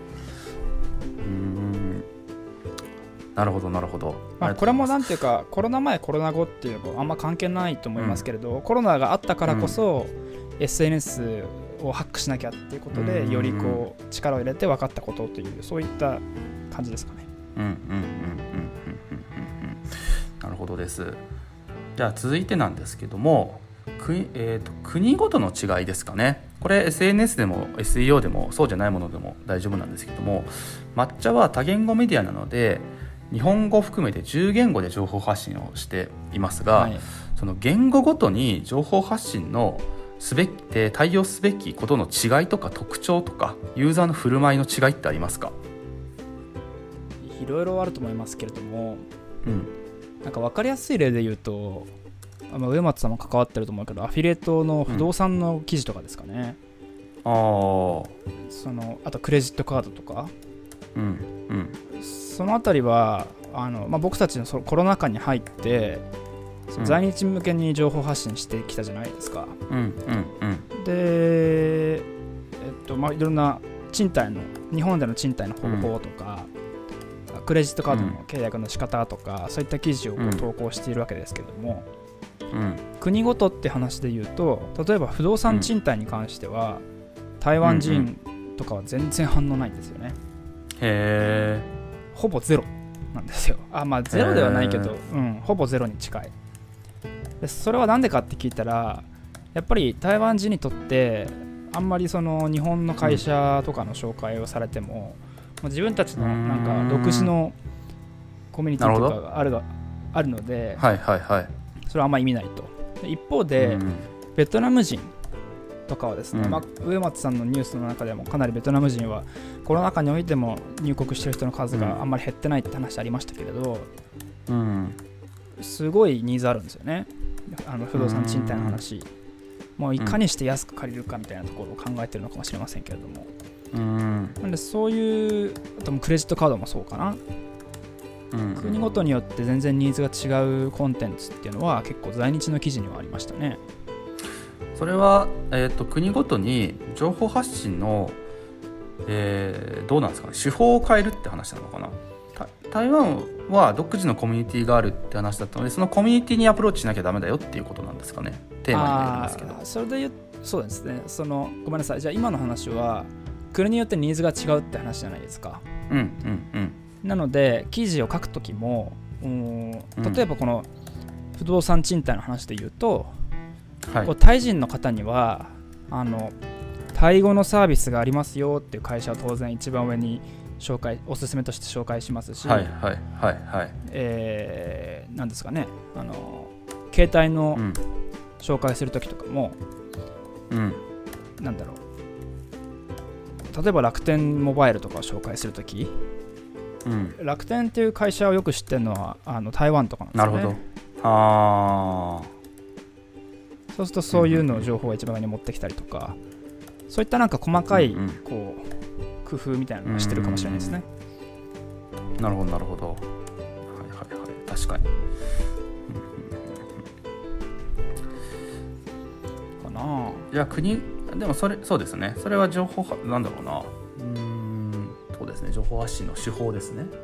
なるほどなるほど。 これもなんていうか、コロナ前コロナ後っていうのはあんま関係ないと思いますけれど、コロナがあったからこそ、SNS をハックしなきゃっていうことで、より力を入れて分かったことという、そういった感じですかね。 なるほどです。じゃあ続いてなんですけども、国ごとの違いですかね。これ SNS でも SEO でもそうじゃないものでも大丈夫なんですけども、抹茶は多言語メディアなので日本語を含めて10言語で情報発信をしていますが、その言語ごとに情報発信の対応すべきことの違いとか特徴とかユーザーの振る舞いの違いってありますか？ いろいろあると思いますけれども、なんか分かりやすい例で言うと、 植松さんも関わってると思うけど、アフィリエイトの不動産の記事とかですかね、 あとクレジットカードとか、そのあたりは僕たちのコロナ禍に入って在日向けに情報発信してきたじゃないですか。で、いろんな賃貸の日本での賃貸の方法とか、クレジットカードの契約の仕方とか、そういった記事を投稿しているわけですけども、国ごとって話で言うと、例えば不動産賃貸に関しては、台湾人とかは全然反応ないんですよね。 へー。 ほぼゼロなんですよ。ゼロではないけど、ほぼゼロに近い。でそれはなんでかって聞いたら、やっぱり台湾人にとってあんまり日本の会社とかの紹介をされても、自分たちのなんか独自のコミュニティとかがあるので、それはあんま意味ないと。で一方で、ベトナム人とかはですね、植松さんのニュースの中でもかなりベトナム人はコロナ禍においても入国している人の数があんまり減ってないって話ありましたけれど、すごいニーズあるんですよね。不動産賃貸の話、もういかにして安く借りるかみたいなところを考えてるのかもしれませんけれども、なんでそういう、あとクレジットカードもそうかな、国ごとによって全然ニーズが違うコンテンツっていうのは結構在日の記事にはありましたね。 それは、国ごとに情報発信の、どうなんですかね、手法を変えるって話なのかな。台湾は独自のコミュニティがあるって話だったので、そのコミュニティにアプローチしなきゃダメだよっていうことなんですかね。テーマにもよりますけど。 それで言う、そうですね、ごめんなさい、じゃあ今の話は国によってニーズが違うって話じゃないですか。なので記事を書くときも、例えばこの不動産賃貸の話で言うと、タイ人の方にはタイ語のサービスがありますよっていう会社は当然一番上におすすめとして紹介しますし、なんですかね、携帯の紹介するときとかも、なんだろう、例えば楽天モバイルとかを紹介するとき、楽天っていう会社をよく知ってるのは台湾とかなんですよね。なるほど。そうするとそういうのを情報を一番上に持ってきたりとか、そういったなんか細かいこう工夫みたいなのをしてるかもしれないですね。 なるほどなるほど。確かに。 かな。 いやでもそうですね。それは情報なんだろうな。そうですね。情報発信の手法ですね。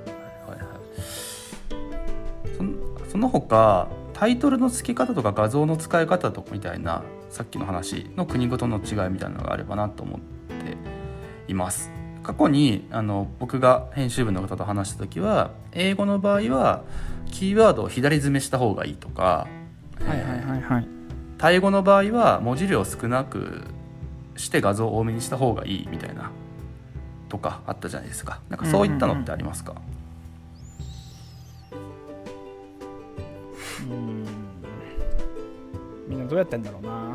その他タイトルの付け方とか画像の使い方とかみたいな、さっきの話の国ごとの違いみたいなのがあればなと思っています。過去に僕が編集部の方と話した時は、英語の場合はキーワードを左詰めした方がいいとか、タイ語の場合は文字量を少なくして画像を多めにした方がいいみたいなとかあったじゃないですか。なんかそういったのってありますか？ みんなどうやってんだろうな。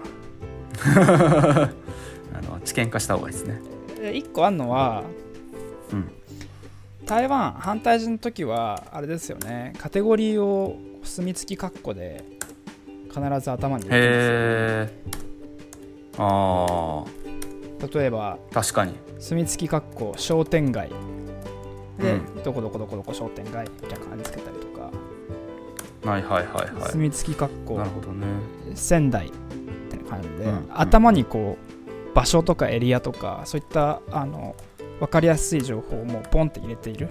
知見化した方がいいですね。 1個あるのは、台湾反対人の時はあれですよね、カテゴリーを墨付き括弧で必ず頭に入れてます。例えば確かに墨付き括弧商店街で、どこどこどこどこ商店街みたいな感じつけたりとか、墨付き括弧、 なるほどね、 仙台って感じで、頭にこう場所とかエリアとかそういった分かりやすい情報をもうポンって入れている。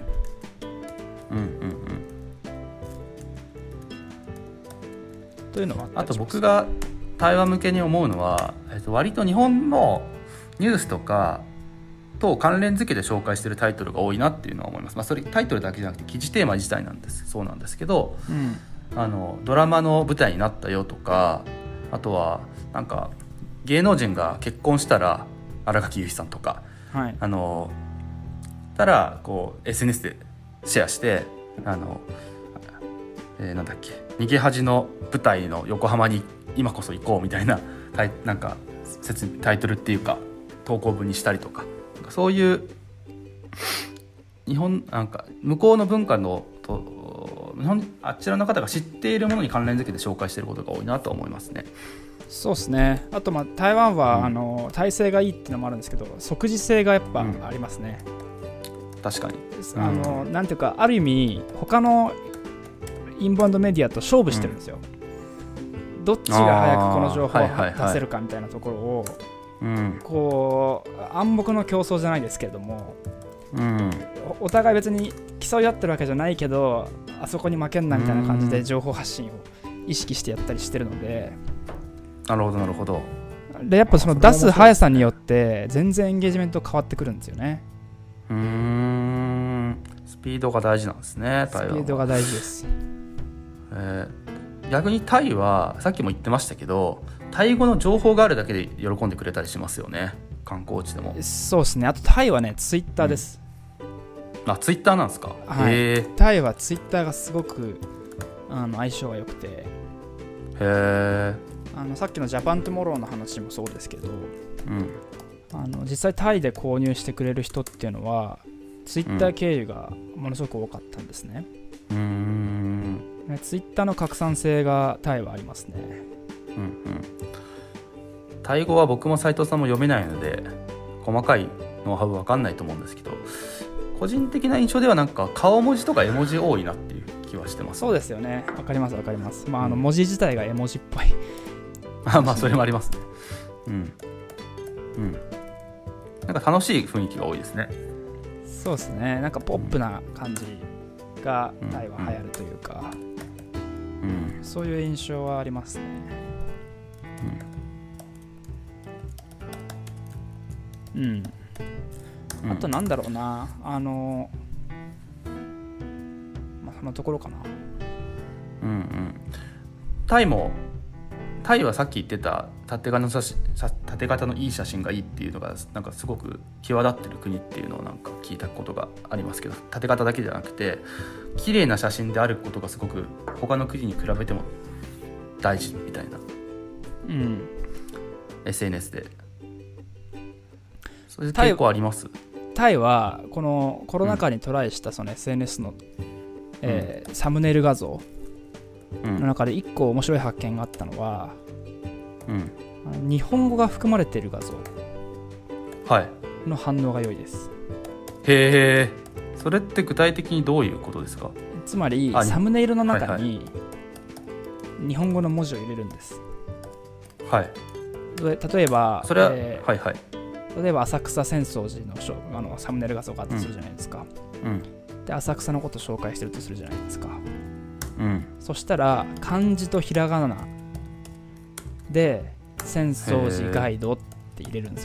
というのはあと僕が台湾向けに思うのは、割と日本のニュースとかと関連付けで紹介しているタイトルが多いなっていうのは思います。それタイトルだけじゃなくて記事テーマ自体そうなんですけど、ドラマの舞台になったよとか、あとはなんか芸能人が結婚したら新垣結衣さんとか、たらこう SNS でシェアしてなんだっけ、逃げ恥の舞台の横浜に今こそ行こうみたいななんかタイトルっていうか投稿文にしたりとか、そういう日本なんか向こうの文化のあちらの方が知っているものに関連づけて紹介していることが多いなと思いますね。 そうですね。あと台湾は、体制がいいっていうのもあるんですけど、即時性がやっぱありますね。 確かに。 なんていうか、ある意味他のインバウンドメディアと勝負してるんですよ。どっちが早くこの情報を出せるかみたいなところを、こう暗黙の競争じゃないですけれども、お互い別に競い合ってるわけじゃないけど、あそこに負けんなみたいな感じで情報発信を意識してやったりしてるので。 なるほどなるほど。 でやっぱその出す速さによって全然エンゲージメント変わってくるんですよね。 スピードが大事なんですね。 スピードが大事です。 逆にタイはさっきも言ってましたけど、タイ語の情報があるだけで喜んでくれたりしますよね、観光地でも。 そうですね。あとタイはね、ツイッターです。 ツイッターなんですか。 はい、タイはツイッターがすごく相性が良くて、さっきのジャパントゥモローの話もそうですけど、実際タイで購入してくれる人っていうのはツイッター経由がものすごく多かったんですね。ツイッターの拡散性がタイはありますね。 タイ語は僕も斉藤さんも読めないので細かいノウハウ分かんないと思うんですけど、個人的な印象ではなんか顔文字とか絵文字多いなっていう気はしてます。 そうですよね。わかりますわかります。文字自体が絵文字っぽいそれもありますね。なんか楽しい雰囲気が多いですね。 そうですね。なんかポップな感じがタイは流行るというか、そういう印象はありますね。あとなんだろうな、そのところかな。 タイはさっき言ってた縦型のいい写真がいいっていうのがなんかすごく際立ってる国っていうのをなんか聞いたことがありますけど、縦型だけじゃなくて綺麗な写真であることがすごく他の国に比べても大事みたいな、SNS でそれ結構あります。 タイはこのコロナ禍にトライしたその SNS の、サムネイル画像の中で1個面白い発見があったのは、日本語が含まれている画像の反応が良いです。 へえ。それって具体的にどういうことですか。 つまりサムネイルの中に日本語の文字を入れるんです。例えばそれは、 例えば浅草浅草寺のサムネイル画像があったとするじゃないですか。で浅草のことを紹介してるとするじゃないですか。そしたら漢字とひらがなで浅草寺ガイドって入れるんですよ。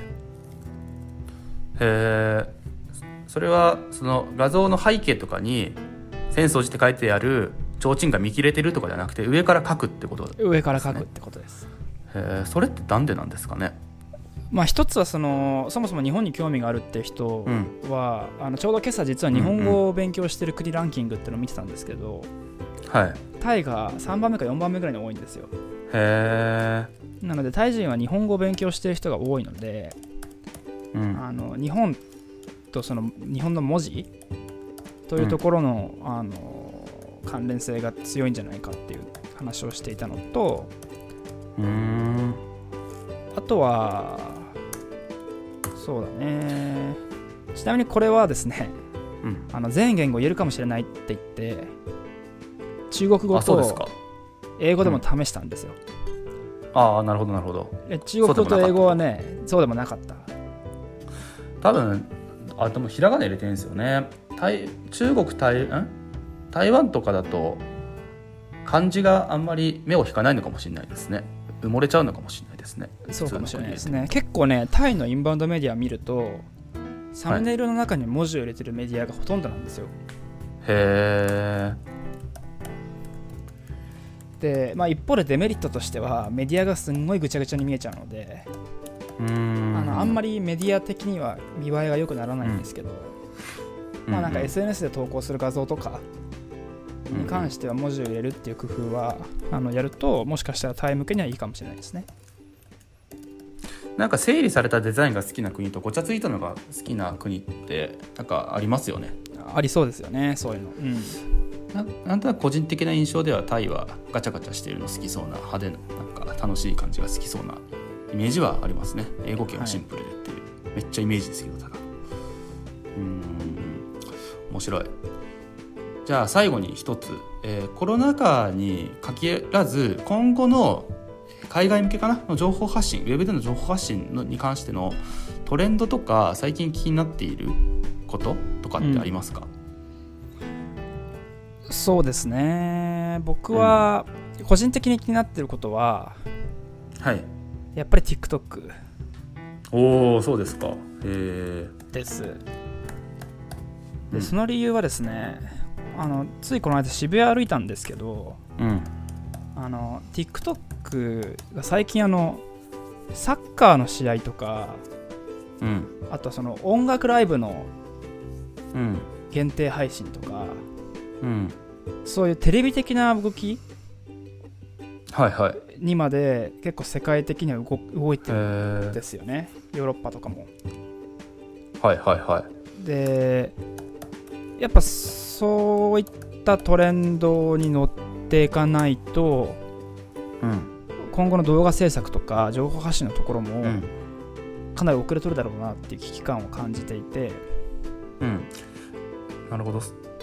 それはその画像の背景とかに浅草寺って書いてある提灯が見切れてるとかじゃなくて上から書くってことですね。 上から書くってことです。 それってなんでなんですかね。 一つはそもそも日本に興味があるっていう人は、ちょうど今朝実は日本語を勉強してる国ランキングっていうのを見てたんですけど、タイが3番目か4番目ぐらいに多いんですよ。なのでタイ人は日本語を勉強してる人が多いので、日本とその日本の文字というところの、関連性が強いんじゃないかっていう話をしていたのと、あとはそうだね、ちなみにこれはですね、全言語言えるかもしれないって言って中国語と英語でも試したんですよ。 なるほどなるほど。 中国語と英語はね、そうでもなかった。 多分でもひらがな入れてるんですよね。中国台湾とかだと漢字があんまり目を引かないのかもしれないですね。埋もれちゃうのかもしれないですね。 そうかもしれないですね。結構ね、タイのインバウンドメディア見るとサムネイルの中に文字を入れてるメディアがほとんどなんですよ。で、一方でデメリットとしてはメディアがすんごいぐちゃぐちゃに見えちゃうので、あんまりメディア的には見栄えが良くならないんですけど、なんか SNS で投稿する画像とかに関しては文字を入れるっていう工夫はやると、もしかしたらタイ向けにはいいかもしれないですね。 なんか整理されたデザインが好きな国とごちゃついたのが好きな国ってなんかありますよね。 ありそうですよね、そういうの。 なんとなく個人的な印象ではタイはガチャガチャしているの好きそうな派手ななんか楽しい感じが好きそうなイメージはありますね。英語圏はシンプルでっていう、めっちゃイメージですけど、ただ面白い。じゃあ最後に一つ、コロナ禍に限らず今後の海外向けかなの情報発信、ウェブでの情報発信に関してのトレンドとか最近気になっていることとかってありますか？ そうですね、僕は個人的に気になっていることは、 はい、 やっぱり TikTok。 おお、そうですか。 です。でその理由はですね、ついこの間渋谷歩いたんですけど、TikTok が最近サッカーの試合とか、あとその音楽ライブの限定配信とか、そういうテレビ的な動きにまで結構世界的には動いてるんですよね、ヨーロッパとかも。でやっぱそういったトレンドに乗っていかないと、今後の動画制作とか情報発信のところもかなり遅れとるだろうなっていう危機感を感じていて、 なるほど。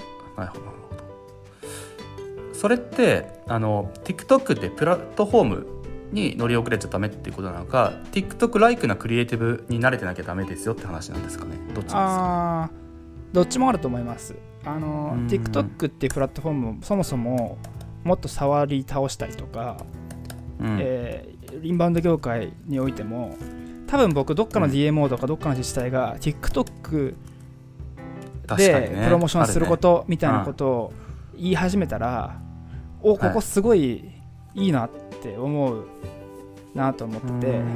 それってTikTok ってプラットフォームに乗り遅れちゃダメっていうことなのか、 TikTok ライクなクリエイティブに慣れてなきゃダメですよって話なんですかね。どっちですか？ どっちもあると思います。TikTok っていうプラットフォームをそもそももっと触り倒したりとか、インバウンド業界においても多分僕どっかの DMO とかどっかの自治体が TikTok でプロモーションすることみたいなことを言い始めたら、ここすごいいいなって思うなと思ってて、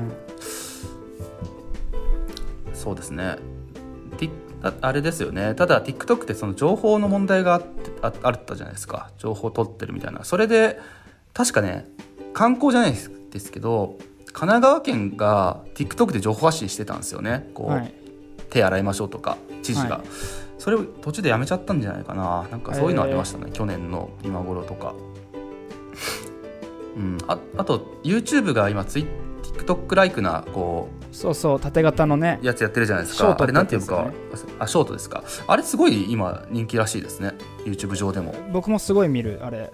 そうですね。あれですよね。ただ TikTok ってその情報の問題があったじゃないですか。情報を取ってるみたいな。それで確かね、観光じゃないですけど神奈川県が TikTok で情報発信してたんですよね。手洗いましょうとか知事が、それを途中でやめちゃったんじゃないかな。なんかそういうのありましたね、去年の今頃とか。あと YouTube が今TikTok ライクなそう縦型のねやつやってるじゃないですか。あれなんていうか、ショートですか。あれすごい今人気らしいですね、 YouTube 上でも。 僕もすごい見るあれ。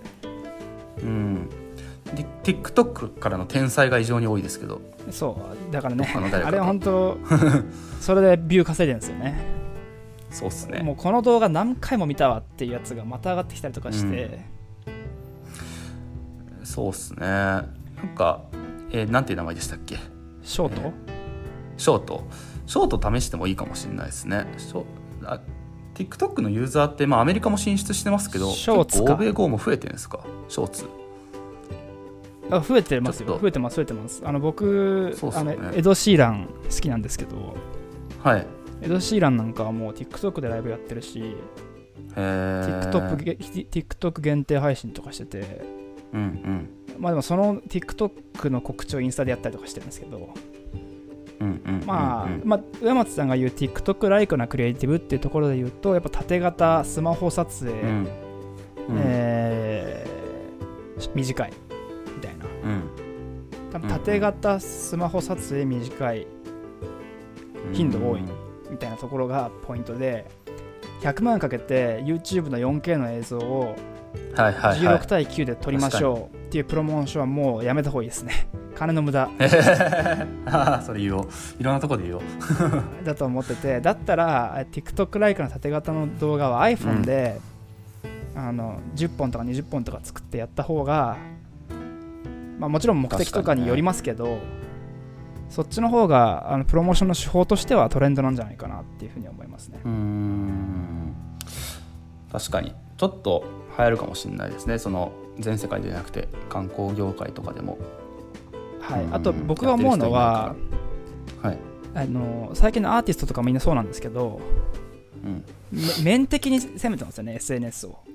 TikTok からの転載が異常に多いですけど。 そうだからね、あれは本当それでビュー稼いでるんですよね。 そうっすね。 もうこの動画何回も見たわっていうやつがまた上がってきたりとかして、 そうっすね。なんか、なんていう名前でしたっけ？ ショート？ ショート試してもいいかもしれないですね。TikTok のユーザーって、アメリカも進出してますけど、 ショーツか、 欧米語も増えてるんですか？ショーツ増えてますよ。増えてます。僕、エド・シーラン好きなんですけど、エド・シーランなんかはもう TikTok でライブやってるし、TikTok 限定配信とかしてて、でもその TikTok の告知をインスタでやったりとかしてるんですけど、上松さんが言う TikTok ライクなクリエイティブっていうところで言うと、やっぱ縦型スマホ撮影、短いみたいな、多分縦型スマホ撮影短い、頻度多いみたいなところがポイントで、100万かけて YouTube の 4K の映像を16対9で撮りましょうっていうプロモーションはもうやめた方がいいですね。金の無駄それ言おう、いろんなとこで言おうだと思ってて、だったら TikTok ライクの縦型の動画は iPhone で、10本とか20本とか作ってやった方が、もちろん目的とかによりますけど、そっちの方がプロモーションの手法としてはトレンドなんじゃないかなっていうふうに思いますね。 確かにちょっと流行るかもしれないですね。その全世界でなくて観光業界とかでも。 あと僕が思うのは、最近のアーティストとかみんなそうなんですけど、面的に攻めてますよね、 SNS を。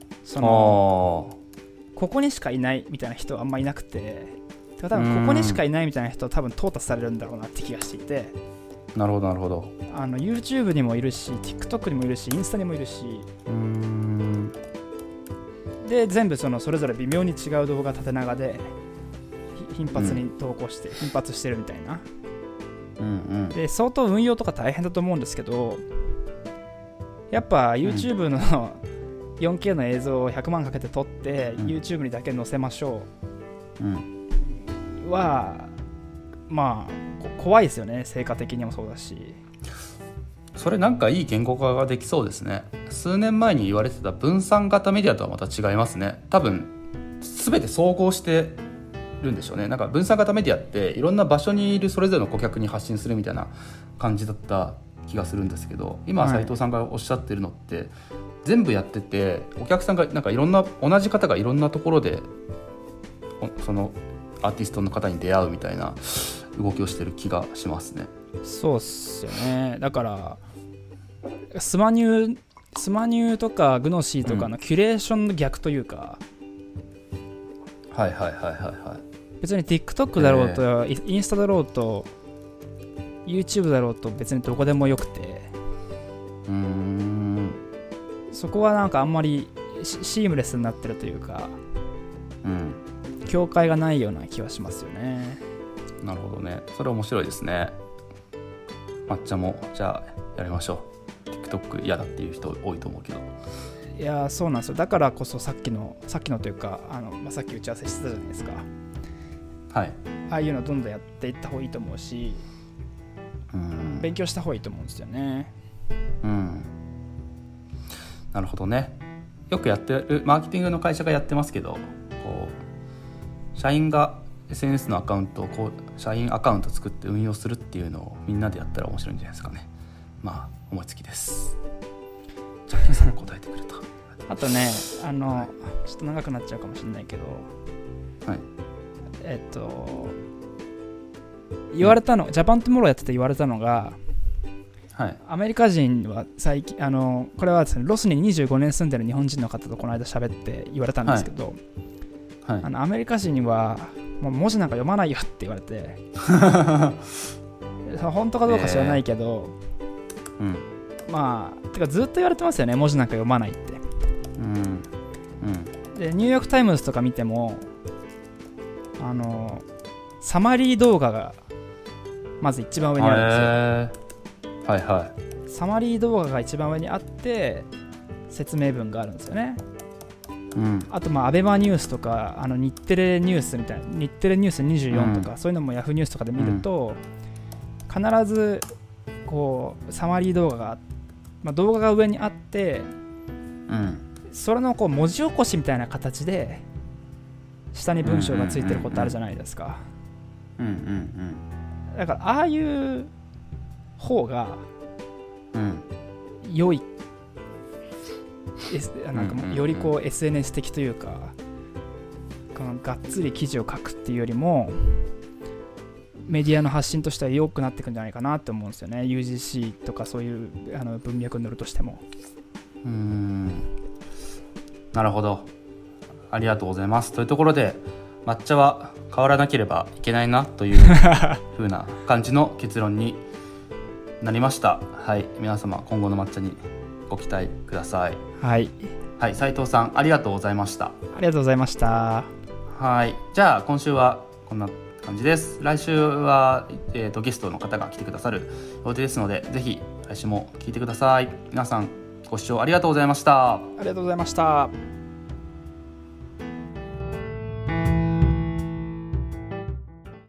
ここにしかいないみたいな人はあんまいなくて、多分ここにしかいないみたいな人は多分淘汰されるんだろうなって気がしていて。 なるほど。 YouTube にもいるし TikTok にもいるしインスタにもいるし、 で全部それぞれ微妙に違う動画縦長で頻発に投稿して、頻発してるみたいな、で相当運用とか大変だと思うんですけど、やっぱ YouTube の、4K の映像を100万かけて撮って、YouTube にだけ載せましょう、はまあ怖いですよね。成果的にもそうだし。 それなんかいい言語化ができそうですね。数年前に言われてた分散型メディアとはまた違いますね。多分全て総合してるんでしょうね。なんか分散型メディアっていろんな場所にいるそれぞれの顧客に発信するみたいな感じだった気がするんですけど、今斉藤さんがおっしゃってるのって、全部やってて、お客さんがなんかいろんな同じ方がいろんなところでそのアーティストの方に出会うみたいな動きをしてる気がしますね。 そうっすよね。だからスマニューとかグノシーとかのキュレーションの逆というか、 はいはいはいはいはい。 別に TikTok だろうと、インスタだろうと YouTube だろうと別にどこでもよくて、そこはなんかあんまりシームレスになってるというか、境界がないような気はしますよね。 なるほどね。それ面白いですね。抹茶もじゃあやりましょう。 TikTok 嫌だっていう人多いと思うけど。 いやそうなんですよ。だからこそさっきのというかさっき打ち合わせしてたじゃないですか。はい。ああいうのどんどんやっていった方がいいと思うし、勉強した方がいいと思うんですよね。 なるほどね。よくやってるマーケティングの会社がやってますけど、こう社員が SNS のアカウントを社員アカウント作って運用するっていうのをみんなでやったら面白いんじゃないですかね。まあ思いつきです。ジャッキーさんが答えてくれた。 あとね、ちょっと長くなっちゃうかもしれないけど、言われたの、ジャパントゥモローやってて言われたのが、アメリカ人は最近これはですね、ロスに25年住んでる日本人の方とこの間喋って言われたんですけど、アメリカ人はもう文字なんか読まないよって言われて本当かどうか知らないけど、まあてかずっと言われてますよね、文字なんか読まないって。でニューヨークタイムズとか見てもサマリー動画がまず一番上にあるんですよ。サマリー動画が一番上にあって説明文があるんですよね。あとアベマニュースとか日テレニュースみたいな、日テレニュース24とか、そういうのもヤフーニュースとかで見ると、必ずこうサマリー動画が、動画が上にあって、それのこう文字起こしみたいな形で下に文章がついてることあるじゃないですか。だからああいう方が良い、なんかよりこう SNS 的というか、がっつり記事を書くっていうよりもメディアの発信としては良くなっていくんじゃないかなって思うんですよね。 UGC とかそういう文脈に乗るとしても。 なるほど、ありがとうございます。というところで抹茶は変わらなければいけないなという風な感じの結論になりました。はい、皆様今後の抹茶にご期待ください。はい、斉藤さんありがとうございました。 ありがとうございました。 はい、じゃあ今週はこんな感じです。来週は、ゲストの方が来てくださる予定ですので、ぜひ来週も聞いてください。皆さんご視聴ありがとうございました。 ありがとうございました。